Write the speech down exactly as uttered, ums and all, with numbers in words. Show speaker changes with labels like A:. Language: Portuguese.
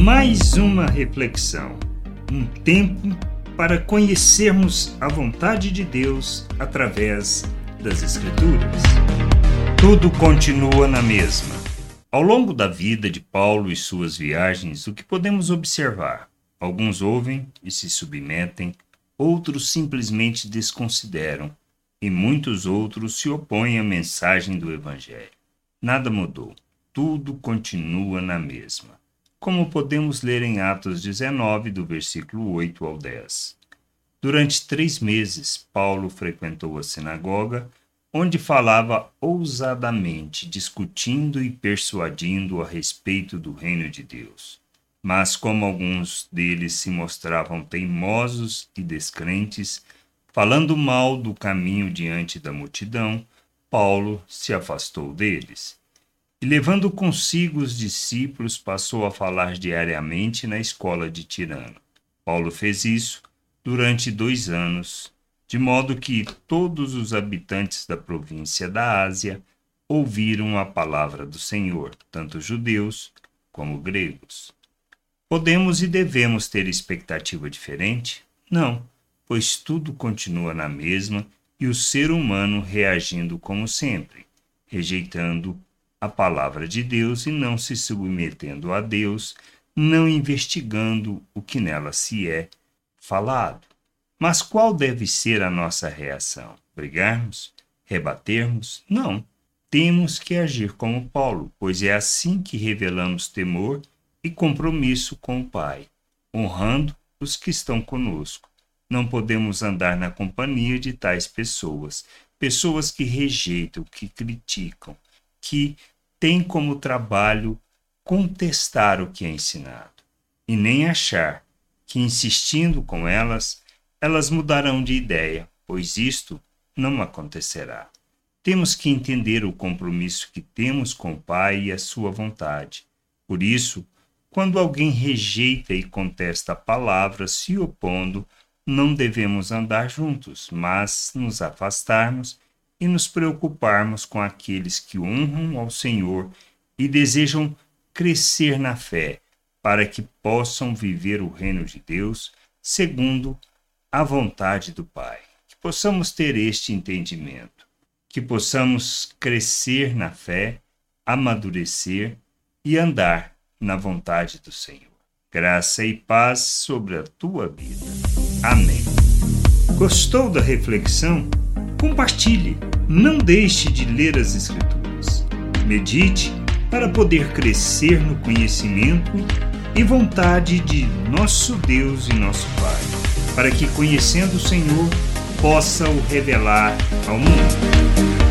A: Mais uma reflexão, um tempo para conhecermos a vontade de Deus através das Escrituras. Tudo continua na mesma. Ao longo da vida de Paulo e suas viagens, o que podemos observar? Alguns ouvem e se submetem, outros simplesmente desconsideram, e muitos outros se opõem à mensagem do Evangelho. Nada mudou, tudo continua na mesma. Como podemos ler em Atos dezenove, do versículo oito ao dez. Durante três meses, Paulo frequentou a sinagoga, onde falava ousadamente, discutindo e persuadindo a respeito do reino de Deus. Mas como alguns deles se mostravam teimosos e descrentes, falando mal do caminho diante da multidão, Paulo se afastou deles. E levando consigo os discípulos, passou a falar diariamente na escola de Tirano. Paulo fez isso durante dois anos, de modo que todos os habitantes da província da Ásia ouviram a palavra do Senhor, tanto judeus como gregos. Podemos e devemos ter expectativa diferente? Não, pois tudo continua na mesma e o ser humano reagindo como sempre, rejeitando a palavra de Deus e não se submetendo a Deus, não investigando o que nela se é falado. Mas qual deve ser a nossa reação? Brigarmos? Rebatermos? Não. Temos que agir como Paulo, pois é assim que revelamos temor e compromisso com o Pai, honrando os que estão conosco. Não podemos andar na companhia de tais pessoas, pessoas que rejeitam, que criticam, que têm como trabalho contestar o que é ensinado, e nem achar que, insistindo com elas, elas mudarão de ideia, pois isto não acontecerá. Temos que entender o compromisso que temos com o Pai e a sua vontade. Por isso, quando alguém rejeita e contesta a palavra, se opondo, não devemos andar juntos, mas nos afastarmos e nos preocuparmos com aqueles que honram ao Senhor e desejam crescer na fé, para que possam viver o reino de Deus segundo a vontade do Pai. Que possamos ter este entendimento, que possamos crescer na fé, amadurecer e andar na vontade do Senhor. Graça e paz sobre a tua vida. Amém. Gostou da reflexão? Compartilhe. Não deixe de ler as Escrituras. Medite para poder crescer no conhecimento e vontade de nosso Deus e nosso Pai, para que, conhecendo o Senhor, possa o revelar ao mundo.